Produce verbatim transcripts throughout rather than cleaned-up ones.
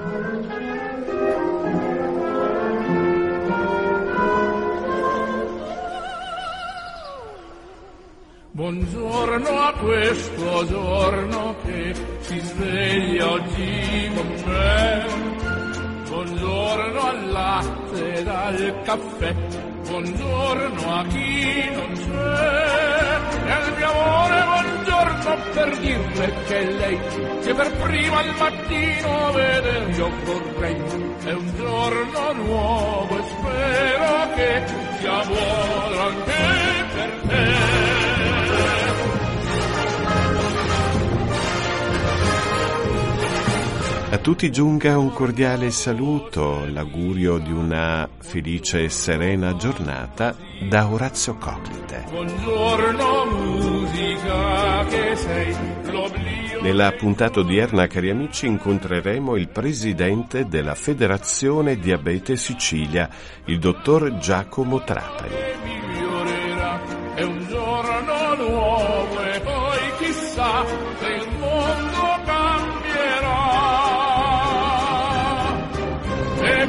Buongiorno a questo giorno che si sveglia oggi con me. Buongiorno al latte e al caffè. Buongiorno a chi non c'è. E al mio amore buongiorno per dirle che lei che per prima al mattino veder io vorrei. È un giorno nuovo e spero che sia buono anche per te. A tutti giunga un cordiale saluto, l'augurio di una felice e serena giornata da Orazio Coclite. Buongiorno musica che sei l'oblio. Nella puntata odierna, cari amici, incontreremo il presidente della Federazione Diabete Sicilia, il dottor Giacomo Trapani. È un giorno nuovo e poi chissà se il mondo cambierà. E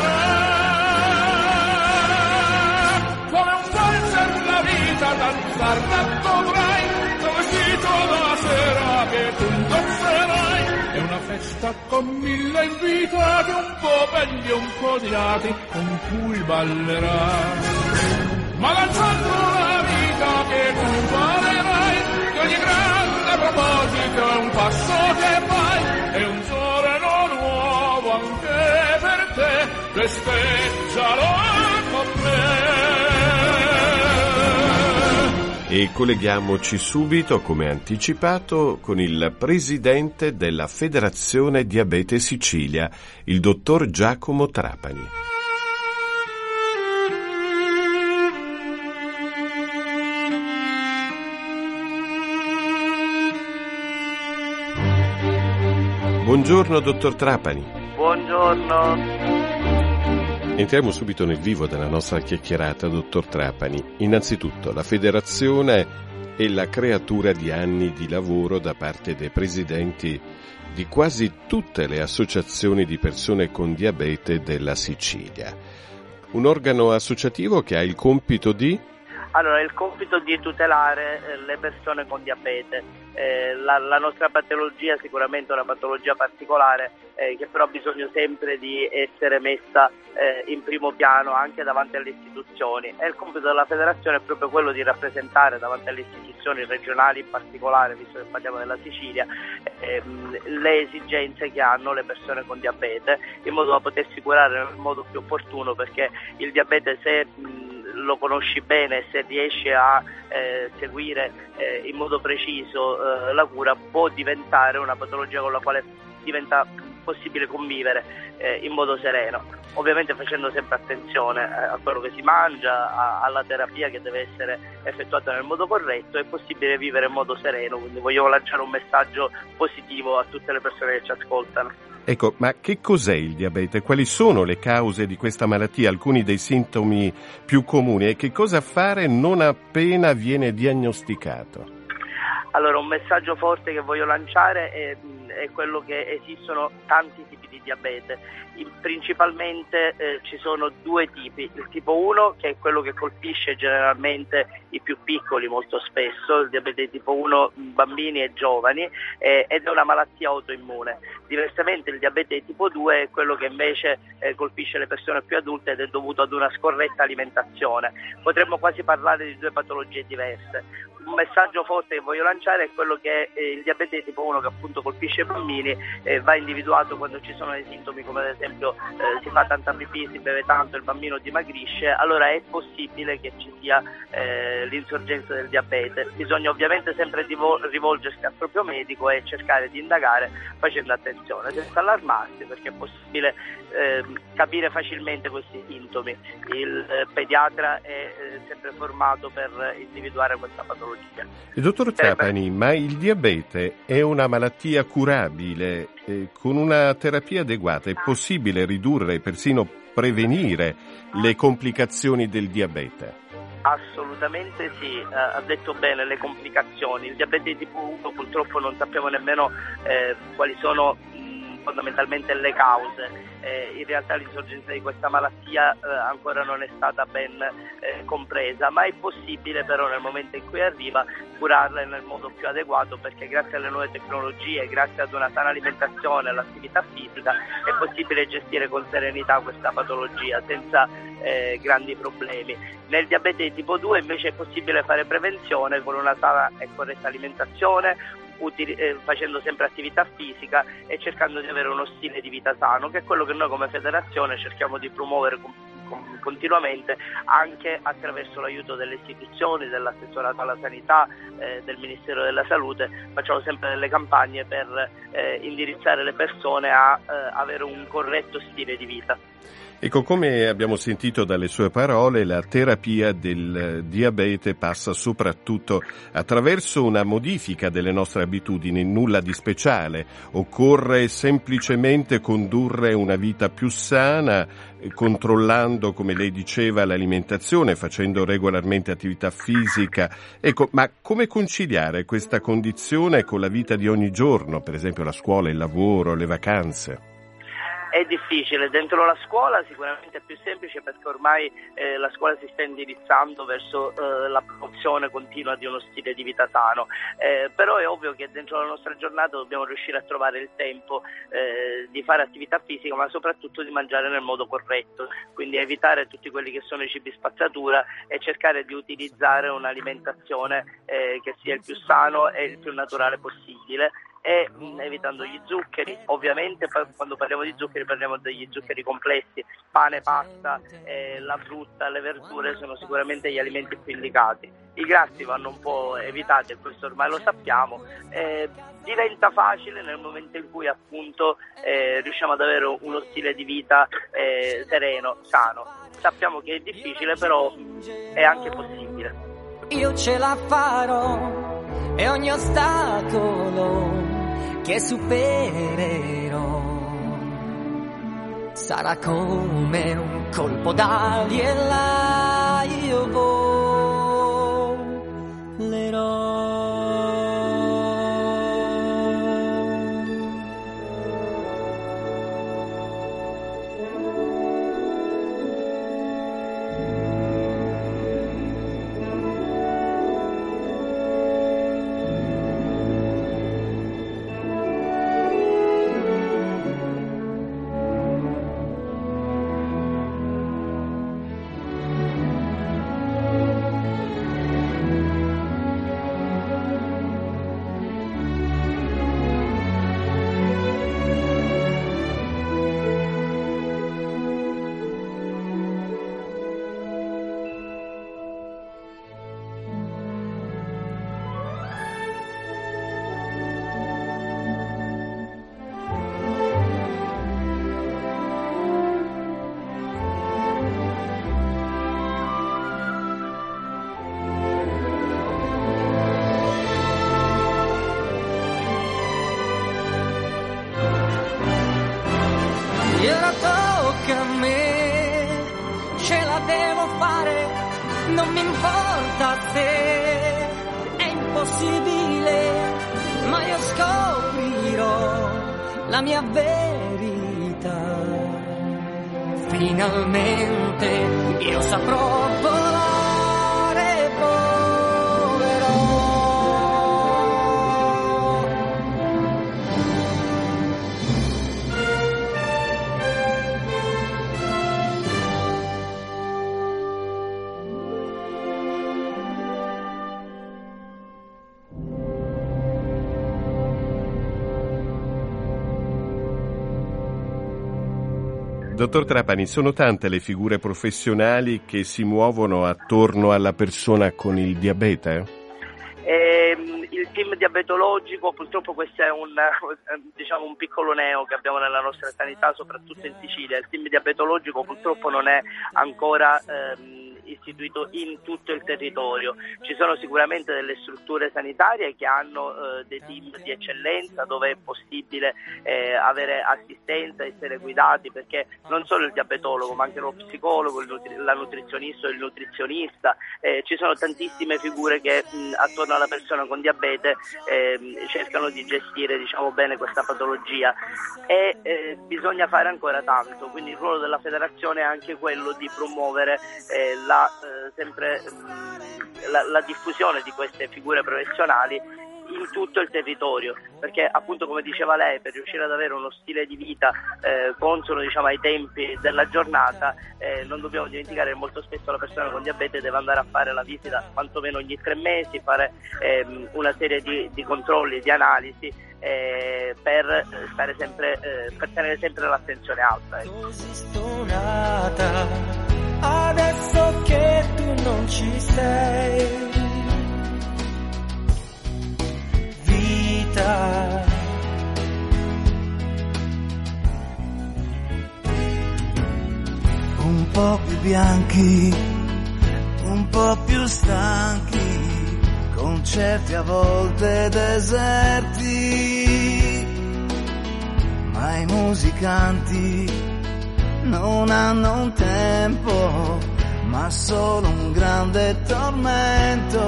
ballerà come un valzer la vita, danzar tanto dovrai, vestito da sera che tu indosserai. È una festa con mille invitati, un po' belli e un po' odiati, con cui ballerai. Ma lanciando la vita che tu imparerai, che ogni grande proposito è un passo che fai, è un giorno nuovo anche per te, festeggialo con me. E colleghiamoci subito, come anticipato, con il presidente della Federazione Diabete Sicilia, il dottor Giacomo Trapani. Buongiorno, dottor Trapani. Buongiorno. Entriamo subito nel vivo della nostra chiacchierata, dottor Trapani. Innanzitutto, la federazione è la creatura di anni di lavoro da parte dei presidenti di quasi tutte le associazioni di persone con diabete della Sicilia. Un organo associativo che ha il compito di... Allora, il compito di tutelare eh, le persone con diabete. Eh, la, la nostra patologia è sicuramente una patologia particolare eh, che però ha bisogno sempre di essere messa eh, in primo piano anche davanti alle istituzioni, e il compito della federazione è proprio quello di rappresentare davanti alle istituzioni regionali in particolare, visto che parliamo della Sicilia, ehm, le esigenze che hanno le persone con diabete, in modo da potersi curare nel modo più opportuno, perché il diabete, se mh, lo conosci bene, se riesci a eh, seguire eh, in modo preciso eh, la cura, può diventare una patologia con la quale diventa possibile convivere eh, in modo sereno, ovviamente facendo sempre attenzione eh, a quello che si mangia, a, alla terapia che deve essere effettuata nel modo corretto. È possibile vivere in modo sereno, quindi voglio lanciare un messaggio positivo a tutte le persone che ci ascoltano. Ecco, ma che cos'è il diabete? Quali sono le cause di questa malattia? Alcuni dei sintomi più comuni, e che cosa fare non appena viene diagnosticato? Allora, un messaggio forte che voglio lanciare è, è quello che esistono tanti tipi di diabete. Principalmente eh, ci sono due tipi: il tipo uno, che è quello che colpisce generalmente i più piccoli molto spesso, il diabete tipo uno, bambini e giovani, eh, ed è una malattia autoimmune. Diversamente il diabete tipo due è quello che invece eh, colpisce le persone più adulte ed è dovuto ad una scorretta alimentazione. Potremmo quasi parlare di due patologie diverse. Un messaggio forte che voglio lanciare è quello che eh, il diabete tipo uno, che appunto colpisce i bambini, eh, va individuato quando ci sono dei sintomi come ad esempio eh, si fa tanta pipì, si beve tanto, il bambino dimagrisce. Allora è possibile che ci sia eh, l'insorgenza del diabete. Bisogna ovviamente sempre divol- rivolgersi al proprio medico e cercare di indagare facendo attenzione, senza allarmarsi, perché è possibile eh, capire facilmente questi sintomi. Il eh, pediatra è eh, sempre formato per individuare questa patologia. Il dottor Trapani, ma il diabete è una malattia curabile? Eh, con una terapia adeguata è possibile ridurre e persino prevenire le complicazioni del diabete? Assolutamente sì, eh, ha detto bene, le complicazioni. Il diabete tipo uno purtroppo non sappiamo nemmeno eh, quali sono mh, fondamentalmente le cause. Eh, in realtà l'insorgenza di questa malattia eh, ancora non è stata ben eh, compresa, ma è possibile però nel momento in cui arriva curarla nel modo più adeguato, perché grazie alle nuove tecnologie, grazie ad una sana alimentazione e all'attività fisica è possibile gestire con serenità questa patologia senza eh, grandi problemi. Nel diabete di tipo due invece è possibile fare prevenzione con una sana e corretta alimentazione, Utili, eh, facendo sempre attività fisica e cercando di avere uno stile di vita sano, che è quello che noi come federazione cerchiamo di promuovere con, con, continuamente, anche attraverso l'aiuto delle istituzioni, dell'assessorato alla sanità, eh, del Ministero della Salute. Facciamo sempre delle campagne per eh, indirizzare le persone a eh, avere un corretto stile di vita. Ecco, come abbiamo sentito dalle sue parole, la terapia del diabete passa soprattutto attraverso una modifica delle nostre abitudini, nulla di speciale. Occorre semplicemente condurre una vita più sana, controllando, come lei diceva, l'alimentazione, facendo regolarmente attività fisica. Ecco, ma come conciliare questa condizione con la vita di ogni giorno, per esempio la scuola, il lavoro, le vacanze? È difficile, dentro la scuola sicuramente è più semplice perché ormai eh, la scuola si sta indirizzando verso eh, la promozione continua di uno stile di vita sano, eh, però è ovvio che dentro la nostra giornata dobbiamo riuscire a trovare il tempo eh, di fare attività fisica, ma soprattutto di mangiare nel modo corretto, quindi evitare tutti quelli che sono i cibi spazzatura e cercare di utilizzare un'alimentazione eh, che sia il più sano e il più naturale possibile, e evitando gli zuccheri. Ovviamente quando parliamo di zuccheri parliamo degli zuccheri complessi, pane, pasta, eh, la frutta, le verdure sono sicuramente gli alimenti più indicati. I grassi vanno un po' evitati e questo ormai lo sappiamo. Eh, diventa facile nel momento in cui appunto eh, riusciamo ad avere uno stile di vita eh, sereno, sano. Sappiamo che è difficile, però è anche possibile. Io ce la farò e ogni ostacolo che supererò sarà come un colpo d'ali e là io volerò. Non mi importa se è impossibile, ma io scoprirò la mia verità. Finalmente io saprò volare, volerò. Dottor Trapani, sono tante le figure professionali che si muovono attorno alla persona con il diabete? Eh, il team diabetologico, purtroppo questo è un, diciamo, un piccolo neo che abbiamo nella nostra sanità, soprattutto in Sicilia. Il team diabetologico purtroppo non è ancora ehm, istituito in tutto il territorio. Ci sono sicuramente delle strutture sanitarie che hanno eh, dei team di eccellenza dove è possibile eh, avere assistenza, essere guidati, perché non solo il diabetologo ma anche lo psicologo, il nutri- la nutrizionista o il nutrizionista, eh, ci sono tantissime figure che mh, attorno alla persona con diabete eh, cercano di gestire, diciamo, bene questa patologia, e eh, bisogna fare ancora tanto, quindi il ruolo della federazione è anche quello di promuovere eh, la, eh, sempre mh, la, la diffusione di queste figure professionali in tutto il territorio, perché appunto, come diceva lei, per riuscire ad avere uno stile di vita eh, consono, diciamo, ai tempi della giornata, eh, non dobbiamo dimenticare che molto spesso la persona con diabete deve andare a fare la visita quantomeno ogni tre mesi, fare ehm, una serie di, di controlli, di analisi eh, per stare sempre eh, per tenere sempre l'attenzione alta. Ecco. Così stonata, adesso che tu non ci sei. Un po' più bianchi, un po' più stanchi, concerti a volte deserti, ma i musicanti non hanno un tempo, ma solo un grande tormento.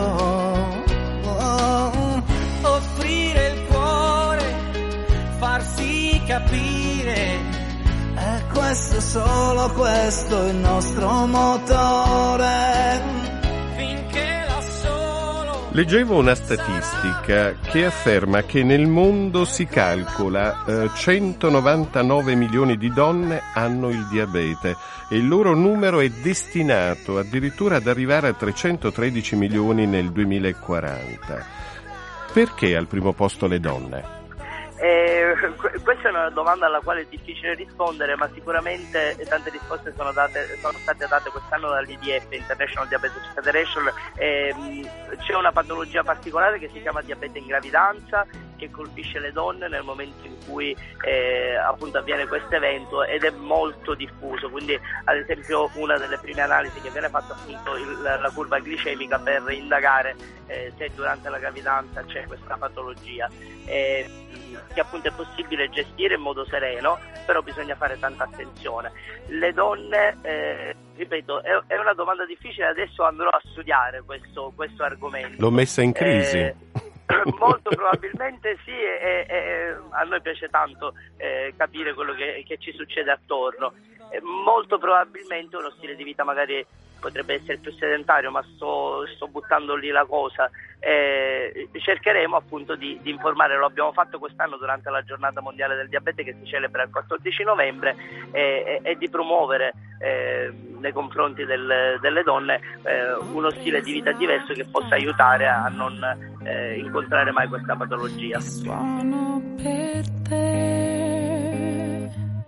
Oh, offrire il cuore, farsi capire, è questo, solo questo il nostro motore. Finché la solo. Leggevo una statistica che afferma che nel mondo si calcola eh, centonovantanove milioni di donne hanno il diabete e il loro numero è destinato addirittura ad arrivare a trecentotredici milioni nel duemilaquaranta. Perché al primo posto le donne? Eh, questa è una domanda alla quale è difficile rispondere, ma sicuramente tante risposte sono, date, sono state date quest'anno dall'I D F, International Diabetes Federation. Eh, c'è una patologia particolare che si chiama diabete in gravidanza, che colpisce le donne nel momento in cui eh, appunto avviene questo evento, ed è molto diffuso. Quindi, ad esempio, una delle prime analisi che viene fatta appunto il, la curva glicemica per indagare eh, se durante la gravidanza c'è questa patologia, eh, che appunto è possibile gestire in modo sereno, però bisogna fare tanta attenzione. Le donne, eh, ripeto, è, è una domanda difficile, adesso andrò a studiare questo, questo argomento. L'ho messa in crisi. Eh, molto probabilmente sì, e, e a noi piace tanto eh, capire quello che, che ci succede attorno. E molto probabilmente uno stile di vita magari potrebbe essere più sedentario, ma sto, sto buttando lì la cosa. Eh, cercheremo appunto di, di informare, lo abbiamo fatto quest'anno durante la giornata mondiale del diabete che si celebra il quattordici novembre, eh, e, e di promuovere eh, nei confronti del, delle donne eh, uno stile di vita diverso che possa aiutare a non eh, incontrare mai questa patologia. Suono per te,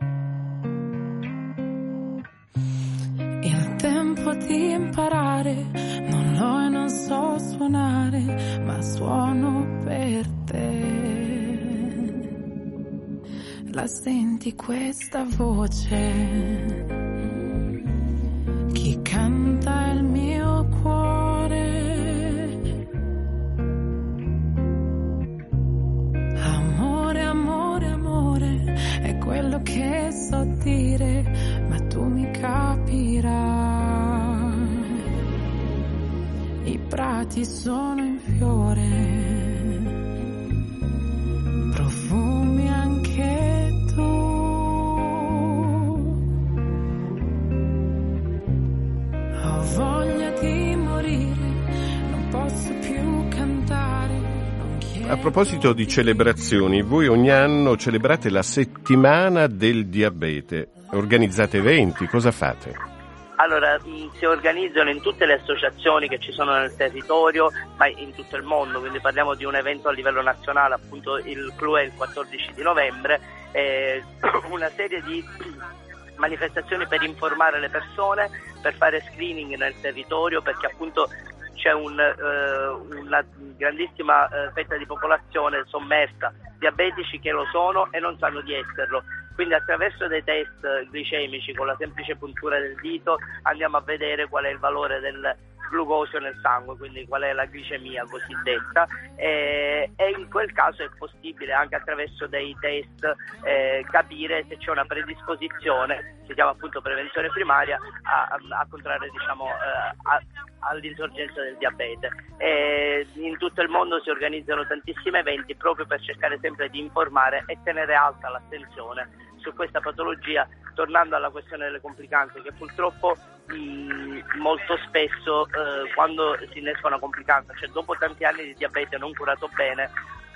il tempo di imparare non l'ho e non so suonare, ma suono per te. La senti questa voce? Chi canta il mio cuore? Amore, amore, amore, è quello che so dire, ma tu mi capirai. I prati sono in fiore, profumi anche tu. Ho voglia di morire, non posso più cantare. Non chiedo... A proposito di celebrazioni, voi ogni anno celebrate la settimana del diabete, organizzate eventi, cosa fate? Allora, mh, si organizzano in tutte le associazioni che ci sono nel territorio, ma in tutto il mondo, quindi parliamo di un evento a livello nazionale, appunto il C L U E il quattordici di novembre, eh, una serie di manifestazioni per informare le persone, per fare screening nel territorio, perché appunto c'è un, eh, una grandissima eh, fetta di popolazione sommersa, diabetici che lo sono e non sanno di esserlo. Quindi attraverso dei test glicemici con la semplice puntura del dito andiamo a vedere qual è il valore del glucosio nel sangue, quindi qual è la glicemia cosiddetta, e, e in quel caso è possibile anche attraverso dei test eh, capire se c'è una predisposizione, si chiama appunto prevenzione primaria, a, a contrarre diciamo eh, a, all'insorgenza del diabete. E in tutto il mondo si organizzano tantissimi eventi proprio per cercare sempre di informare e tenere alta l'attenzione su questa patologia, tornando alla questione delle complicanze, che purtroppo mh, molto spesso eh, quando si innesca una complicanza, cioè dopo tanti anni di diabete non curato bene,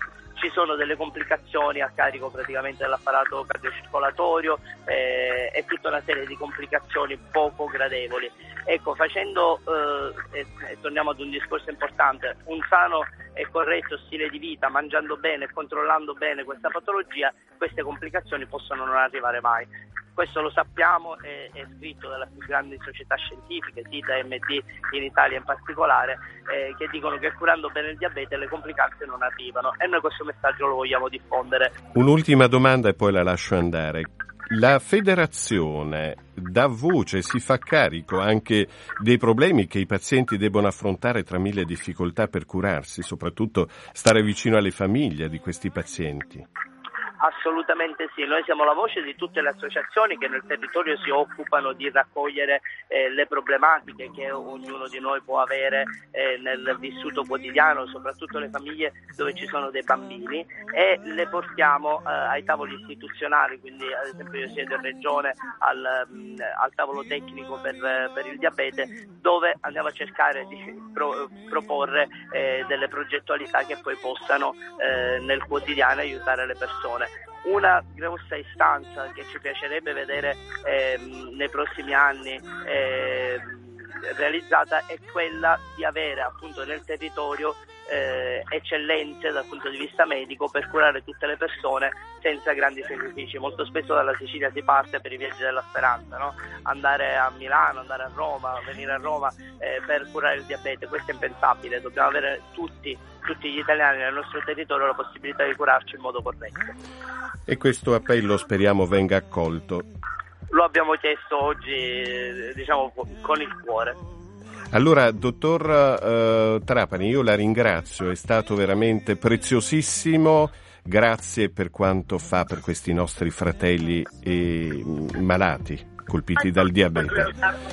ci sono delle complicazioni a carico praticamente dell'apparato cardiocircolatorio eh, e tutta una serie di complicazioni poco gradevoli. Ecco, facendo, eh, e, e torniamo ad un discorso importante, un sano e corretto stile di vita, mangiando bene e controllando bene questa patologia, queste complicazioni possono non arrivare mai. Questo lo sappiamo, è, è scritto dalle più grandi società scientifiche, S I T A, M D in Italia in particolare, eh, che dicono che curando bene il diabete le complicanze non arrivano, e noi questo messaggio lo vogliamo diffondere. Un'ultima domanda e poi la lascio andare. La federazione dà voce, si fa carico anche dei problemi che i pazienti debbono affrontare tra mille difficoltà per curarsi, soprattutto stare vicino alle famiglie di questi pazienti? Assolutamente sì, noi siamo la voce di tutte le associazioni che nel territorio si occupano di raccogliere eh, le problematiche che ognuno di noi può avere eh, nel vissuto quotidiano, soprattutto le famiglie dove ci sono dei bambini, e le portiamo eh, ai tavoli istituzionali, quindi ad esempio io siedo in regione al, mh, al tavolo tecnico per, per il diabete, dove andiamo a cercare di pro, proporre eh, delle progettualità che poi possano eh, nel quotidiano aiutare le persone. Una grossa istanza che ci piacerebbe vedere eh, nei prossimi anni eh, realizzata è quella di avere appunto nel territorio eh, eccellenze dal punto di vista medico per curare tutte le persone senza grandi sacrifici. Molto spesso dalla Sicilia si parte per i viaggi della speranza, no? Andare a Milano, andare a Roma, venire a Roma eh, per curare il diabete, questo è impensabile. Dobbiamo avere tutti, tutti gli italiani nel nostro territorio la possibilità di curarci in modo corretto. E questo appello speriamo venga accolto. Lo abbiamo chiesto oggi, diciamo, con il cuore. Allora, dottor uh, Trapani, io la ringrazio, è stato veramente preziosissimo. Grazie per quanto fa per questi nostri fratelli e malati, colpiti dal diabete.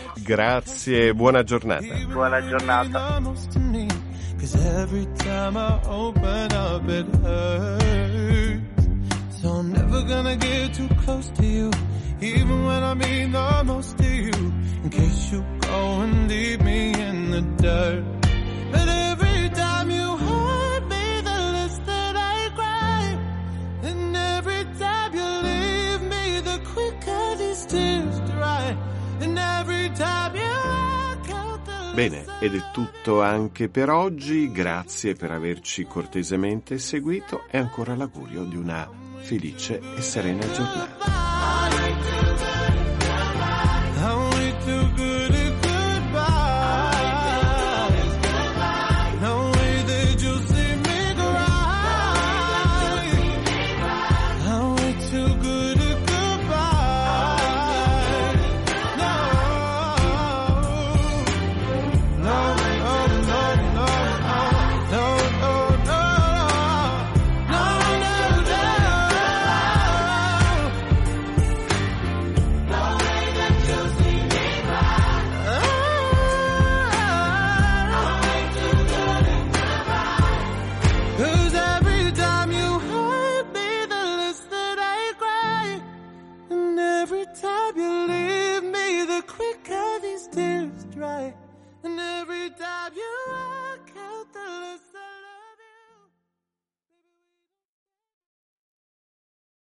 Grazie, buona giornata. Buona giornata. So I'm never gonna get too close to you, even when I mean the most to you, in case you go and leave me in the dirt. But every time you hurt me, the less that I cry, and every time you leave me, the quicker these tears dry, and every time you walk out the... Bene, ed è tutto anche per oggi, grazie per averci cortesemente seguito e ancora l'augurio di una felice e serena giornata.